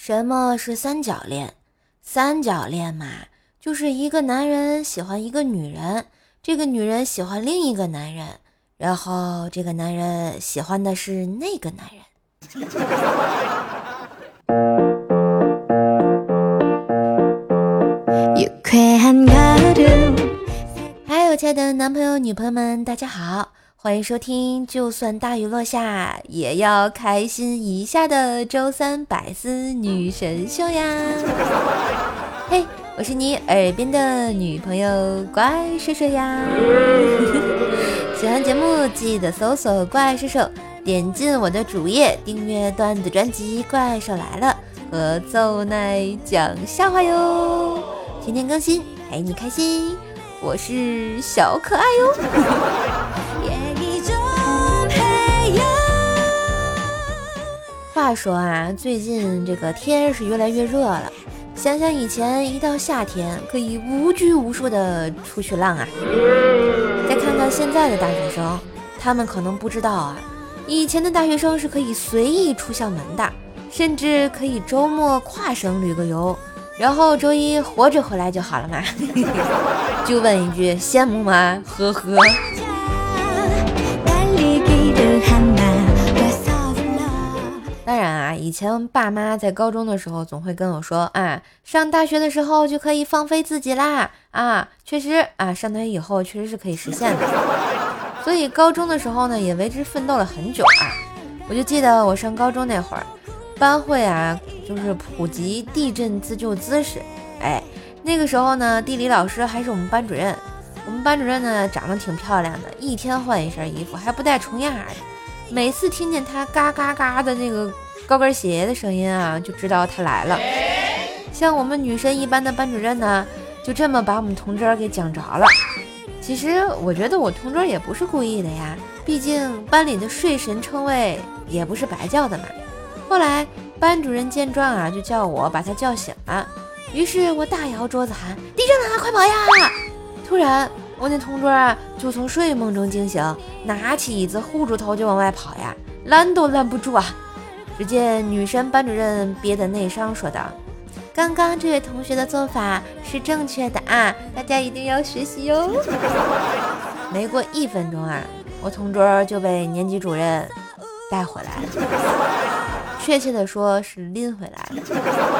什么是三角恋？三角恋嘛，就是一个男人喜欢一个女人，这个女人喜欢另一个男人，然后这个男人喜欢的是那个男人。还有亲爱的男朋友女朋友们，大家好，欢迎收听就算大雨落下也要开心一下的周三百思女神秀呀。嘿，我是你耳边的女朋友怪兽兽呀。喜欢节目记得搜索怪兽兽，点进我的主页订阅段子专辑怪兽来了和奏奈讲笑话哟，天天更新陪你开心，我是小可爱哟。话说啊，最近这个天是越来越热了，想想以前一到夏天可以无拘无束的出去浪啊，再看看现在的大学生，他们可能不知道啊，以前的大学生是可以随意出校门的，甚至可以周末跨省旅个游，然后周一活着回来就好了嘛。就问一句，羡慕吗？呵呵。当然啊，以前爸妈在高中的时候总会跟我说啊，上大学的时候就可以放飞自己啦啊，确实啊，上大学以后确实是可以实现的。所以高中的时候呢，也为之奋斗了很久啊。我就记得我上高中那会儿，班会啊，就是普及地震自救姿势。哎，那个时候呢，地理老师还是我们班主任。我们班主任呢，长得挺漂亮的，一天换一身衣服，还不带重样的。每次听见他嘎嘎嘎的那个高跟鞋的声音啊，就知道他来了。像我们女神一般的班主任呢，就这么把我们同桌给讲着了。其实我觉得我同桌也不是故意的呀，毕竟班里的睡神称谓也不是白叫的嘛。后来班主任见状啊，就叫我把他叫醒了。于是我大摇桌子喊：地震了，快跑呀！突然我那同桌啊，就从睡梦中惊醒，拿起椅子护住头就往外跑呀，拦都拦不住啊！只见女神班主任憋得内伤说道：刚刚这位同学的做法是正确的啊，大家一定要学习哟。没过1分钟啊，我同桌就被年级主任带回来了，确切的说是拎回来了。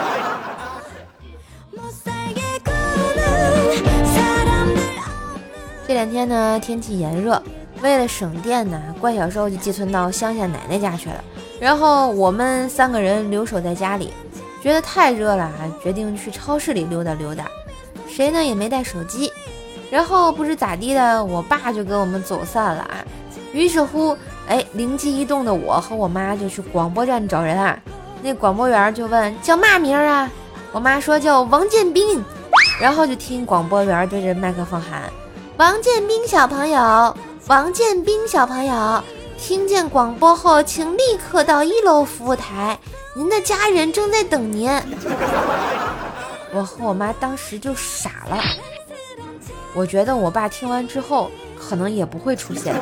这2天呢，天气炎热，为了省电呢，怪小兽就寄存到乡下奶奶家去了。然后我们3个人留守在家里，觉得太热了，决定去超市里溜达溜达。谁呢也没带手机。然后不知咋地的，我爸就跟我们走散了啊。于是乎，灵机一动的我和我妈就去广播站找人啊。那广播员就问叫嘛名啊？我妈说叫王建斌。然后就听广播员对着麦克风喊：王建斌小朋友，王建斌小朋友，听见广播后请立刻到1楼服务台，您的家人正在等您。我和我妈当时就傻了，我觉得我爸听完之后可能也不会出现。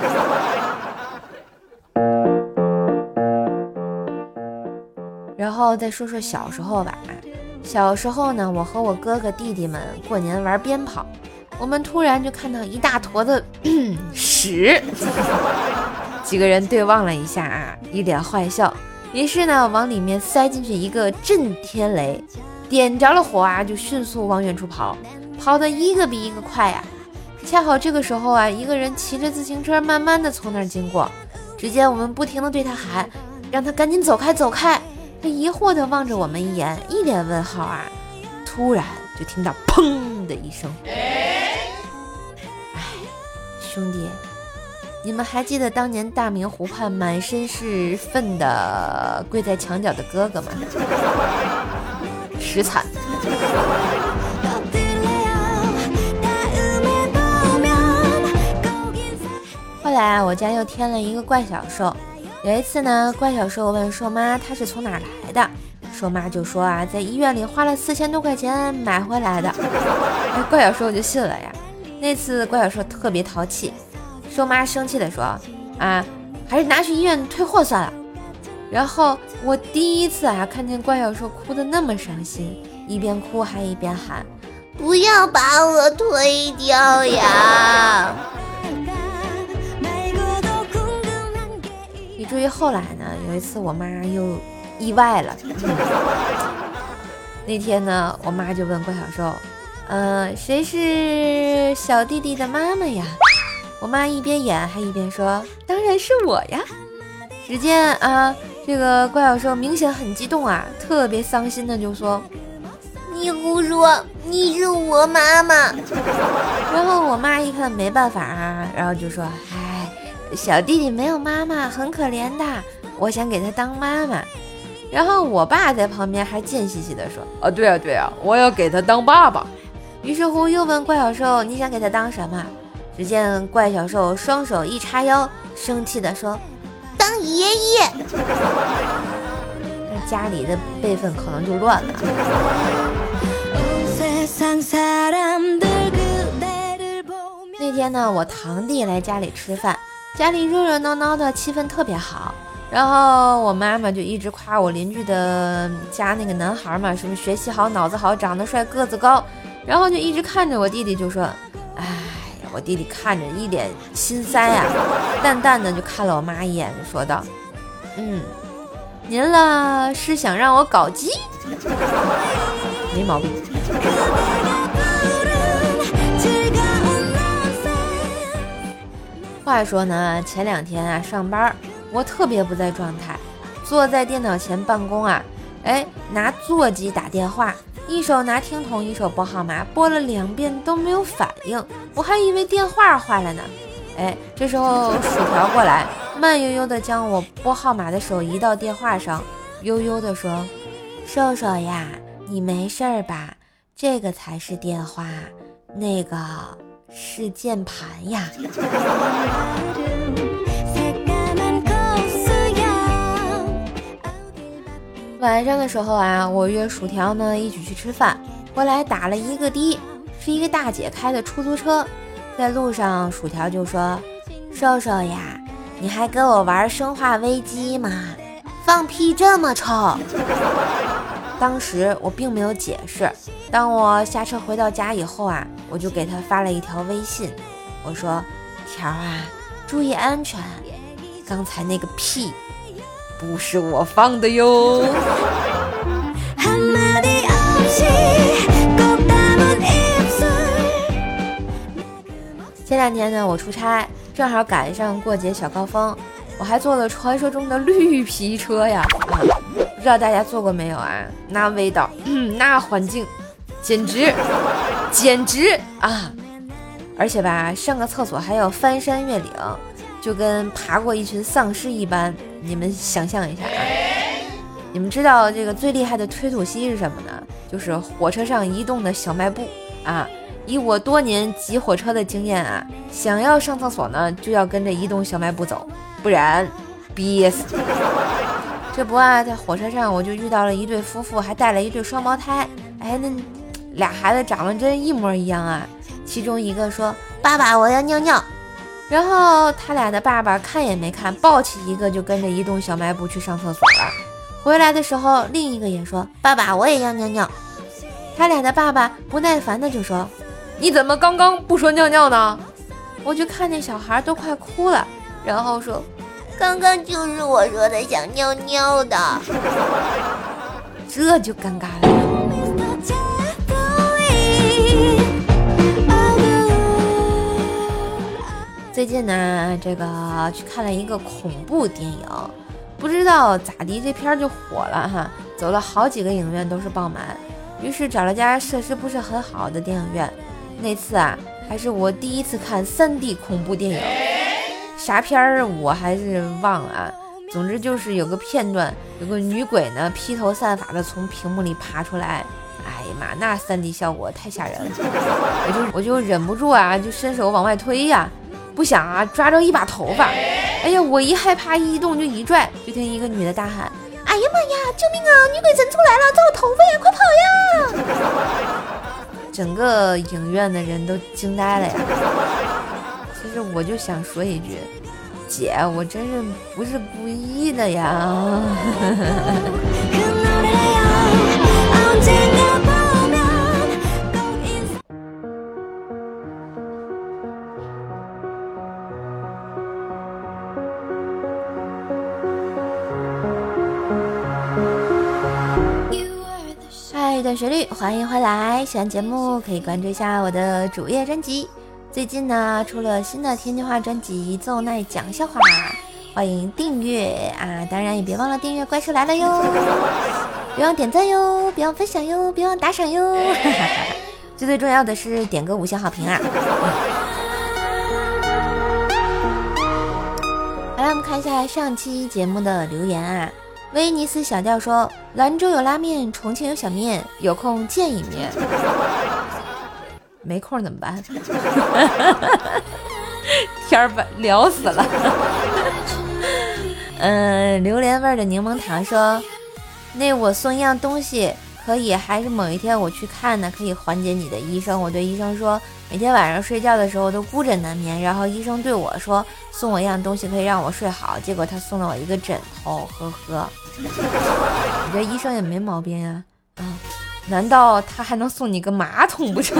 然后再说说小时候吧。小时候呢，我和我哥哥弟弟们过年玩鞭炮，我们突然就看到一大坨的屎，几个人对望了一下啊，一脸坏笑。于是呢，往里面塞进去一个震天雷，点着了火啊，就迅速往远处跑，跑得一个比一个快啊。恰好这个时候啊，一个人骑着自行车慢慢的从那儿经过，只见我们不停的对他喊，让他赶紧走开走开。他疑惑的望着我们一眼，一脸问号啊。突然就听到砰的一声。兄弟，你们还记得当年大明湖畔满身是粪的跪在墙角的哥哥吗？实惨。后来啊，我家又添了一个怪小兽。有一次呢，怪小兽问兽妈他是从哪儿来的，兽妈就说啊，在医院里花了4000多块钱买回来的。怪小兽就信了呀。那次怪小兽特别淘气，兽妈生气的说啊，还是拿去医院退货算了。 然后我第一次看见怪小兽哭得那么伤心，一边哭还一边喊：不要把我推掉呀！以至于后来呢，有一次我妈又意外了。那天呢，我妈就问怪小兽：谁是小弟弟的妈妈呀？我妈一边演还一边说：当然是我呀！只见这个怪小兽明显很激动特别伤心的就说：你胡说，你是我妈妈。然后我妈一看没办法然后就说：小弟弟没有妈妈，很可怜的，我想给他当妈妈。然后我爸在旁边还贱兮兮的说：对啊，我要给他当爸爸。于是乎又问怪小兽：你想给他当什么？只见怪小兽双手一叉腰，生气的说：当爷爷。那家里的辈分可能就乱了。那天呢，我堂弟来家里吃饭，家里热热闹闹的，气氛特别好。然后我妈妈就一直夸我邻居的家那个男孩嘛，什么学习好、脑子好、长得帅、个子高，然后就一直看着我弟弟就说：我弟弟看着一脸心塞淡淡的就看了我妈一眼，就说道：您了是想让我搞基？没毛病。话说呢，前2天上班，我特别不在状态，坐在电脑前办公拿座机打电话，一手拿听筒一手拨号码，拨了2遍都没有反应，我还以为电话坏了呢。这时候薯条过来，慢悠悠地将我拨号码的手移到电话上，悠悠地说：瘦瘦呀，你没事吧？这个才是电话，那个是键盘呀。晚上的时候我约薯条呢一起去吃饭，后来打了一个的，是一个大姐开的出租车。在路上薯条就说：瘦瘦呀，你还跟我玩生化危机吗？放屁这么臭。当时我并没有解释，当我下车回到家以后我就给他发了一条微信，我说：条注意安全，刚才那个屁不是我放的哟。前2天呢，我出差，正好赶上过节小高峰，我还坐了传说中的绿皮车呀。不知道大家坐过没有那味道，那环境，简直而且上个厕所还要翻山越岭，就跟爬过一群丧尸一般。你们想象一下你们知道这个最厉害的推土机是什么呢？就是火车上移动的小卖部以我多年挤火车的经验想要上厕所呢，就要跟着移动小卖部走，不然憋死。这不在火车上我就遇到了一对夫妇，还带了一对双胞胎。那俩孩子长得真一模一样其中一个说：爸爸，我要尿尿。然后他俩的爸爸看也没看，抱起一个就跟着移动小卖部去上厕所了。回来的时候另一个也说：爸爸，我也要尿尿。他俩的爸爸不耐烦的就说：你怎么刚刚不说尿尿呢？我就看那小孩都快哭了，然后说：刚刚就是我说的想尿尿的。这就尴尬了。最近呢，这个去看了一个恐怖电影，不知道咋地这片就火了走了好几个影院都是爆满，于是找了家设施不是很好的电影院。那次还是我第一次看3D 恐怖电影，啥片儿我还是忘了总之就是有个片段，有个女鬼呢披头散发的从屏幕里爬出来，哎呀妈，那3D 效果太吓人了，我就忍不住就伸手往外推不想抓着一把头发，哎呀，我一害怕一动就一拽，就听一个女的大喊：哎呀妈呀，救命女鬼真出来了，抓我头发快跑呀！整个影院的人都惊呆了呀。其实我就想说一句， 姐，我真是不是故意的呀。爱的旋律，欢迎回来！喜欢节目可以关注一下我的主页专辑。最近呢，出了新的天津话专辑《奏奈讲笑话》，欢迎订阅啊！当然也别忘了订阅《怪兽来了》哟，别忘点赞哟，别忘分享哟，别忘打赏哟！最重要的是点个5星好评啊！好了，我们看一下上期节目的留言啊。威尼斯小调说：兰州有拉面，重庆有小面，有空见一面。没空怎么办？天儿把聊死了。榴莲味的柠檬糖说：那我送一样东西可以，还是某一天我去看呢，可以缓解你的医生。我对医生说，每天晚上睡觉的时候都孤枕难眠，然后医生对我说，送我一样东西可以让我睡好，结果他送了我一个枕头，呵呵。你这医生也没毛病呀，难道他还能送你个马桶不成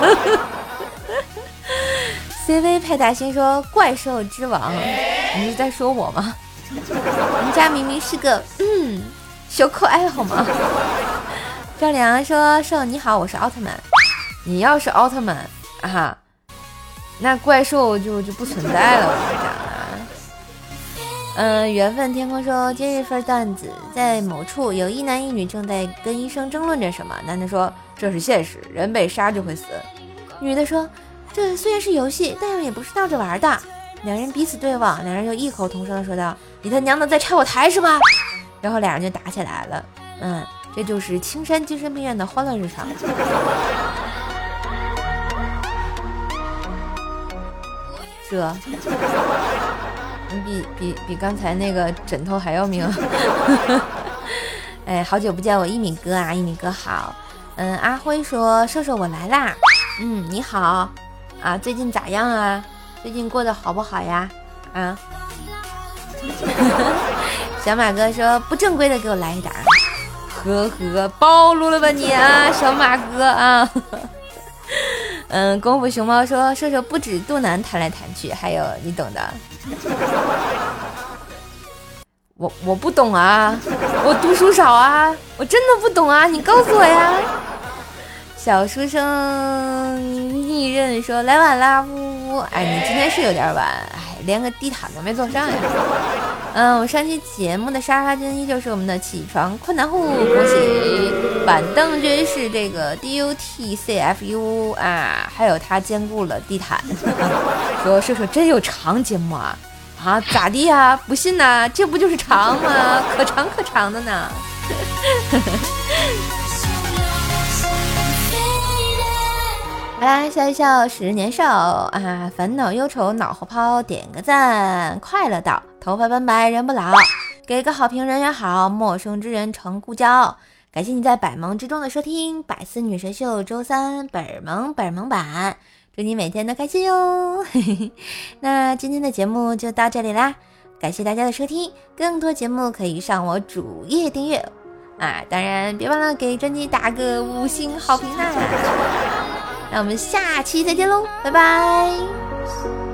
？CV 派大星说怪兽之王，你是在说我吗？人家明明是个小可爱好吗？赵良说兽你好，我是奥特曼。你要是奥特曼啊，那怪兽就不存在了，我跟你讲。缘分天空说今日份段子，在某处有一男一女正在跟医生争论着什么。男的说这是现实，人被杀就会死。女的说这虽然是游戏，但也不是闹着玩的。两人彼此对望，两人就异口同声的说道，你他娘的在拆我台是吧？然后俩人就打起来了。这就是青山精神病院的欢乐日常。这比刚才那个枕头还要命。哎，好久不见我一米哥啊，一米哥好。阿辉说瘦瘦我来啦。你好啊，最近咋样啊？最近过得好不好呀？啊。小马哥说不正规的给我来一打。呵呵，暴露了吧你啊，小马哥啊。功夫熊猫说射手不止肚腩弹来弹去，还有你懂的。我不懂啊，我读书少啊，我真的不懂啊，你告诉我呀。小书生逆刃说来晚啦，呜呜。哎，你今天是有点晚，哎，连个地毯都没坐上呀。我上期节目的沙发君依旧是我们的起床困难户，恭喜板凳君是这个 DUTCFU 啊，还有他兼顾了地毯。说射手真有长节目啊，咋地呀？不信呐，这不就是长吗？可长可长的呢。好啦，笑一笑10年少啊，烦恼忧愁脑后抛，点个赞，快乐到，头发斑白人不老，给个好评人缘好，陌生之人成故交。感谢你在百忙之中的收听，百思女神秀周3本萌版，祝你每天都开心哟。那今天的节目就到这里啦，感谢大家的收听，更多节目可以上我主页订阅啊，当然别忘了给专辑打个5星好评啦。那我们下期再见喽，拜拜。